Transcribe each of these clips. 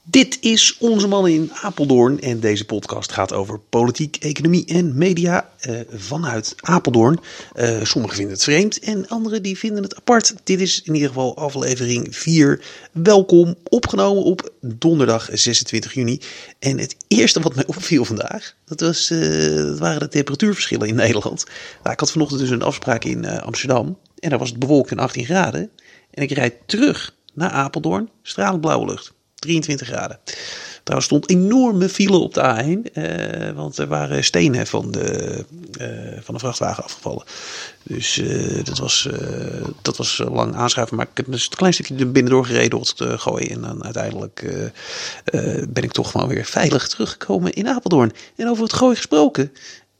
Dit is Onze Mannen in Apeldoorn en deze podcast gaat over politiek, economie en media vanuit Apeldoorn. Sommigen vinden het vreemd en anderen die vinden het apart. Dit is in ieder geval aflevering 4. Welkom, opgenomen op donderdag 26 juni. En het eerste wat mij opviel vandaag, dat waren de temperatuurverschillen in Nederland. Nou, ik had vanochtend dus een afspraak in Amsterdam en daar was het bewolkt en 18 graden. En ik rijd terug naar Apeldoorn, stralend blauwe lucht. 23 graden. Trouwens stond enorme file op de A1. Want er waren stenen van de vrachtwagen afgevallen. Dus dat was lang aanschuiven. Maar ik heb dus een klein stukje er binnendoor gereden door het gooien. En dan uiteindelijk ben ik toch maar weer veilig teruggekomen in Apeldoorn. En over het gooien gesproken.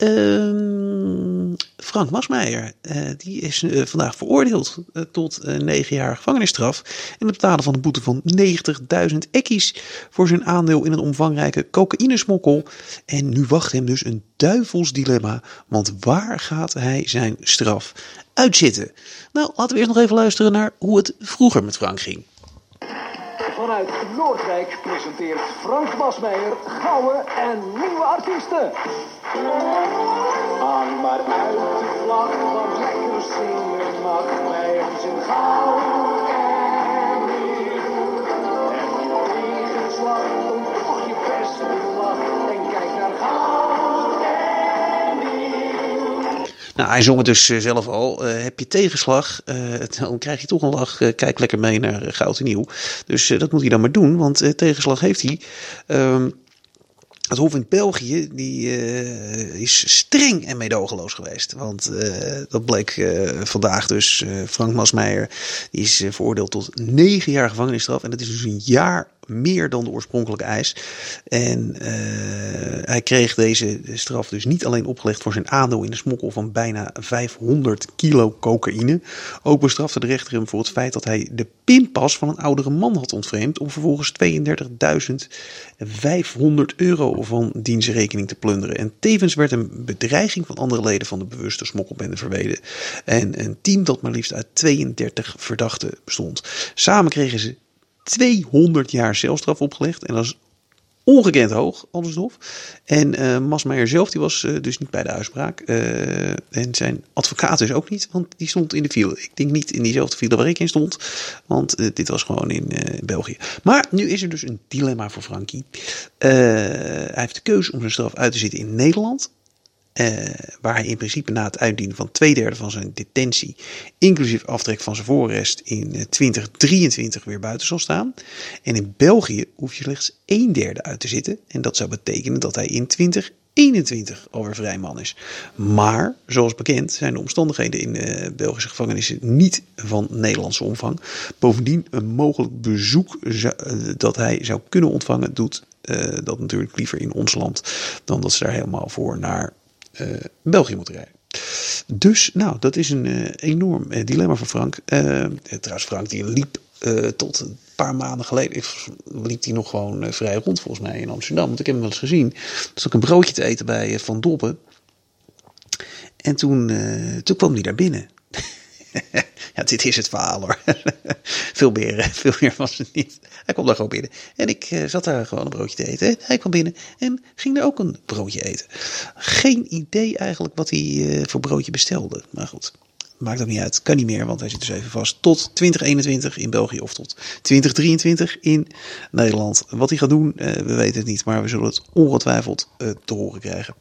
Frank Masmeijer, die is vandaag veroordeeld tot 9 jaar gevangenisstraf en het betalen van een boete van 90.000 ekkies voor zijn aandeel in een omvangrijke cocaïnesmokkel. En nu wacht hem dus een duivels dilemma, want waar gaat hij zijn straf uitzitten? Nou, laten we eerst nog even luisteren naar hoe het vroeger met Frank ging. Vanuit Noordwijk presenteert Frank Masmeijer gouden en nieuwe artiesten. Hang maar uit de vlag, want lekker zingen mag bij ons in goud en nieuw. En tegenslag, dan toch je beste lach en kijk naar goud en nieuw. Nou, hij zong het dus zelf al. Heb je tegenslag, dan krijg je toch een lach. Kijk lekker mee naar Goud en Nieuw. Dus dat moet hij dan maar doen, want tegenslag heeft hij. Het Hof in België die is streng en meedogenloos geweest. Want dat bleek vandaag dus. Frank Masmeijer die is veroordeeld tot 9 jaar gevangenisstraf. En dat is dus een jaar meer dan de oorspronkelijke eis. En hij kreeg deze straf dus niet alleen opgelegd voor zijn aandeel in de smokkel van bijna 500 kilo cocaïne. Ook bestrafte de rechter hem voor het feit dat hij de pinpas van een oudere man had ontvreemd om vervolgens 32.500 euro van diens rekening te plunderen. En tevens werd een bedreiging van andere leden van de bewuste smokkelbende verweden. En een team dat maar liefst uit 32 verdachten bestond. Samen kregen ze 200 jaar celstraf opgelegd. En dat is ongekend hoog, alles Hof. En Masmeijer zelf die was dus niet bij de uitspraak. En zijn advocaat dus ook niet, want die stond in de file. Ik denk niet in diezelfde file waar ik in stond, want dit was gewoon in België. Maar nu is er dus een dilemma voor Frankie. Hij heeft de keuze om zijn straf uit te zitten in Nederland. Waar hij in principe na het uitdienen van 2/3 van zijn detentie, inclusief aftrek van zijn voorarrest, in 2023 weer buiten zal staan. En in België hoef je slechts 1/3 uit te zitten. En dat zou betekenen dat hij in 2021 alweer vrij man is. Maar, zoals bekend, zijn de omstandigheden in Belgische gevangenissen niet van Nederlandse omvang. Bovendien een mogelijk bezoek dat hij zou kunnen ontvangen doet dat natuurlijk liever in ons land dan dat ze daar helemaal voor naar België moeten rijden. Dus, nou, dat is een enorm dilemma voor Frank. Trouwens, Frank die liep tot een paar maanden geleden, liep hij nog gewoon vrij rond volgens mij in Amsterdam. Want ik heb hem wel eens gezien. Dus ook een broodje te eten bij Van Dobbe. En toen kwam hij daar binnen. Ja, dit is het verhaal hoor. Veel meer was het niet. Hij kwam daar gewoon binnen. En ik zat daar gewoon een broodje te eten. En hij kwam binnen en ging er ook een broodje eten. Geen idee eigenlijk wat hij voor broodje bestelde. Maar goed, maakt ook niet uit. Kan niet meer, want hij zit dus even vast. Tot 2021 in België of tot 2023 in Nederland. Wat hij gaat doen, we weten het niet. Maar we zullen het ongetwijfeld te horen krijgen.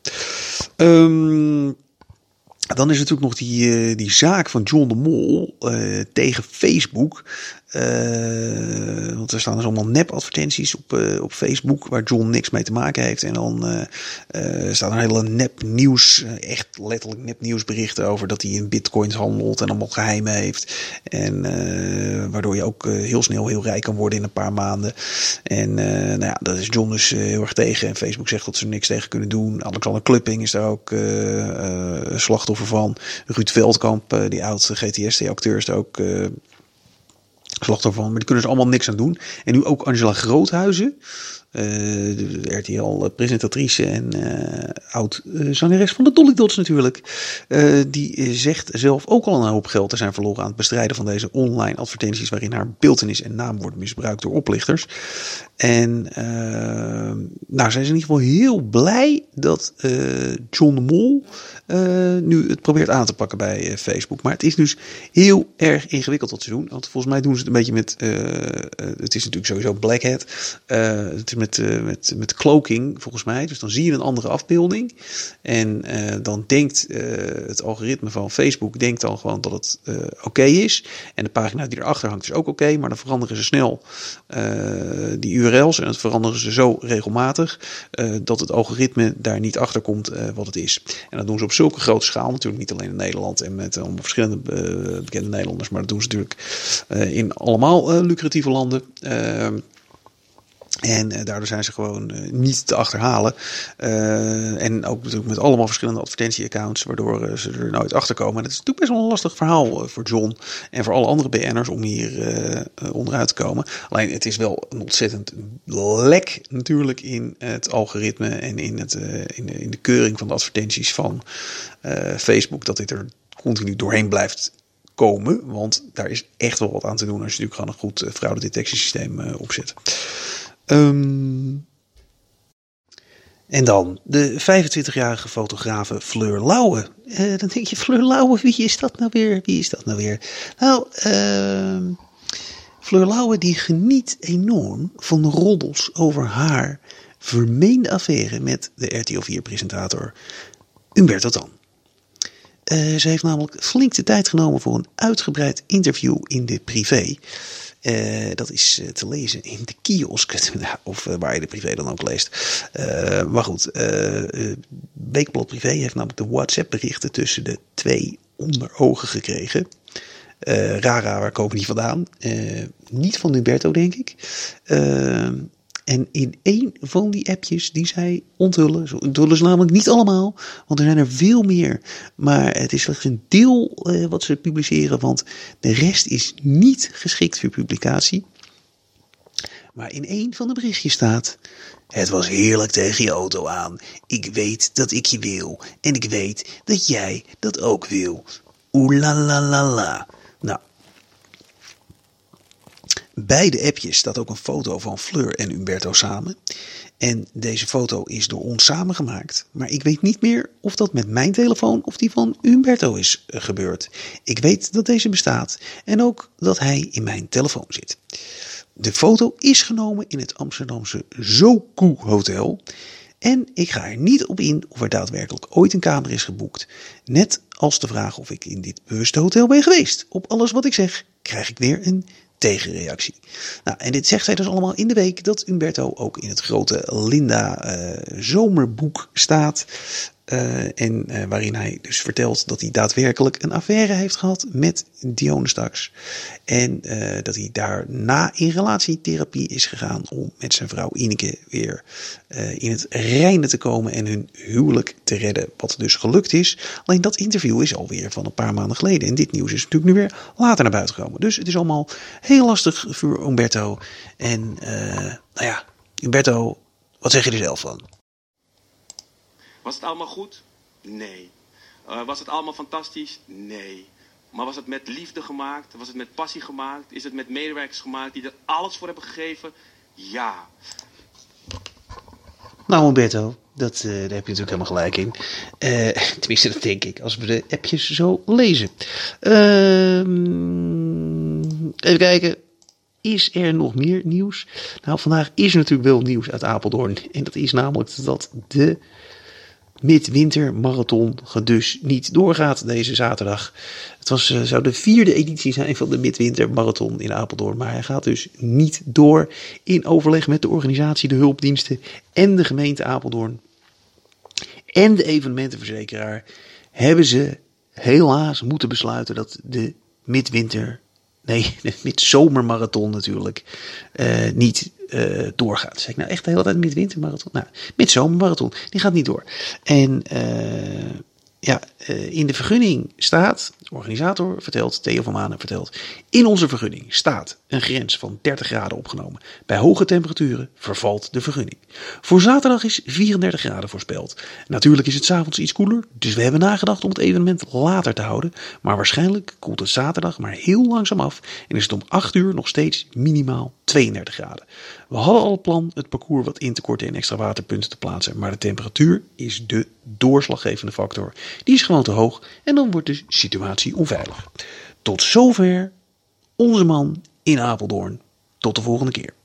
Dan is natuurlijk nog die zaak van John de Mol tegen Facebook. Want er staan dus allemaal nep-advertenties op Facebook waar John niks mee te maken heeft. En dan staan er hele nep-nieuws, echt letterlijk nep-nieuwsberichten over dat hij in bitcoins handelt en allemaal geheimen heeft. En waardoor je ook heel snel heel rijk kan worden in een paar maanden. En nou ja, dat is John dus heel erg tegen. En Facebook zegt dat ze er niks tegen kunnen doen. Alexander Klupping is daar ook slachtoffer van. Ruud Veldkamp, die oud GTSD-acteur, is daar ook slachtoffer van. Maar die kunnen er allemaal niks aan doen. En nu ook Angela Groothuizen. De RTL-presentatrice en oud-zangeres van de Dolly Dots natuurlijk. Die zegt zelf ook al een hoop geld te zijn verloren aan het bestrijden van deze online advertenties waarin haar beeltenis en naam wordt misbruikt door oplichters. En nou, zij is in ieder geval heel blij dat John de Mol nu het probeert aan te pakken bij Facebook. Maar het is dus heel erg ingewikkeld wat ze doen. Want volgens mij doen ze het een beetje met... het is natuurlijk sowieso Black Hat. Het is met cloaking volgens mij. Dus dan zie je een andere afbeelding. En dan denkt het algoritme van Facebook denkt dan gewoon dat het oké is. En de pagina die erachter hangt is ook oké. Maar dan veranderen ze snel die URL's. En dat veranderen ze zo regelmatig dat het algoritme daar niet achter komt wat het is. En dat doen ze op zulke grote schaal. Natuurlijk niet alleen in Nederland en met allemaal verschillende bekende Nederlanders. Maar dat doen ze natuurlijk in allemaal lucratieve landen. En daardoor zijn ze gewoon niet te achterhalen. En ook natuurlijk met allemaal verschillende advertentieaccounts, waardoor ze er nooit achter komen. En dat is natuurlijk best wel een lastig verhaal voor John en voor alle andere BN'ers om hier onderuit te komen. Alleen het is wel een ontzettend lek natuurlijk in het algoritme en in de keuring van de advertenties van Facebook. Dat dit er continu doorheen blijft komen. Want daar is echt wel wat aan te doen als je natuurlijk gewoon een goed fraudedetectiesysteem opzet. En dan de 25-jarige fotografe Fleur Lauwe. Dan denk je, Fleur Lauwe, wie is dat nou weer? Nou, Fleur Lauwe die geniet enorm van de roddels over haar vermeende affaire met de RTL 4-presentator Humberto Tan. Ze heeft namelijk flink de tijd genomen voor een uitgebreid interview in de Privé. Dat is te lezen in de kiosk, of waar je de Privé dan ook leest. Maar goed, Weekblad Privé heeft namelijk de WhatsApp-berichten tussen de twee onder ogen gekregen. Rara, waar komen die vandaan? Niet van Humberto, denk ik. En in één van die appjes die zij onthullen, zo onthullen ze namelijk niet allemaal, want er zijn er veel meer. Maar het is slechts een deel wat ze publiceren, want de rest is niet geschikt voor publicatie. Maar in één van de berichtjes staat: het was heerlijk tegen je auto aan. Ik weet dat ik je wil en ik weet dat jij dat ook wil. Oeh la la la la. Nou. Bij de appjes staat ook een foto van Fleur en Humberto samen. En deze foto is door ons samen gemaakt. Maar ik weet niet meer of dat met mijn telefoon of die van Humberto is gebeurd. Ik weet dat deze bestaat en ook dat hij in mijn telefoon zit. De foto is genomen in het Amsterdamse Zoku Hotel. En ik ga er niet op in of er daadwerkelijk ooit een kamer is geboekt. Net als de vraag of ik in dit bewuste hotel ben geweest. Op alles wat ik zeg krijg ik weer een tegenreactie. Nou, en dit zegt zij dus allemaal in de week dat Humberto ook in het grote Linda zomerboek staat. Waarin hij dus vertelt dat hij daadwerkelijk een affaire heeft gehad met Dionne Staks. En dat hij daarna in relatietherapie is gegaan om met zijn vrouw Ineke weer in het reine te komen en hun huwelijk te redden. Wat dus gelukt is. Alleen dat interview is alweer van een paar maanden geleden. En dit nieuws is natuurlijk nu weer later naar buiten gekomen. Dus het is allemaal heel lastig voor Humberto. En nou ja, Humberto, wat zeg je er zelf van? Was het allemaal goed? Nee. Was het allemaal fantastisch? Nee. Maar was het met liefde gemaakt? Was het met passie gemaakt? Is het met medewerkers gemaakt die er alles voor hebben gegeven? Ja. Nou Humberto, daar heb je natuurlijk helemaal gelijk in. Tenminste, dat denk ik, als we de appjes zo lezen. Even kijken. Is er nog meer nieuws? Nou, vandaag is er natuurlijk wel nieuws uit Apeldoorn. En dat is namelijk dat de Midwintermarathon dus niet doorgaat deze zaterdag. Het zou de 4e editie zijn van de Midwintermarathon in Apeldoorn. Maar hij gaat dus niet door. In overleg met de organisatie, de hulpdiensten en de gemeente Apeldoorn en de evenementenverzekeraar hebben ze helaas moeten besluiten dat de midzomermarathon natuurlijk niet doorgaat. Zeg ik nou echt de hele tijd midwintermarathon? Nou, midzomermarathon, die gaat niet door. En Ja, in de vergunning staat, de organisator vertelt, Theo van Manen vertelt, in onze vergunning staat een grens van 30 graden opgenomen. Bij hoge temperaturen vervalt de vergunning. Voor zaterdag is 34 graden voorspeld. Natuurlijk is het 's avonds iets koeler, dus we hebben nagedacht om het evenement later te houden. Maar waarschijnlijk koelt het zaterdag maar heel langzaam af en is het om 8 uur nog steeds minimaal 32 graden. We hadden al het plan het parcours wat in te korten en extra waterpunten te plaatsen, maar de temperatuur is de doorslaggevende factor. Die is gewoon te hoog en dan wordt de situatie onveilig. Tot zover onze man in Apeldoorn. Tot de volgende keer.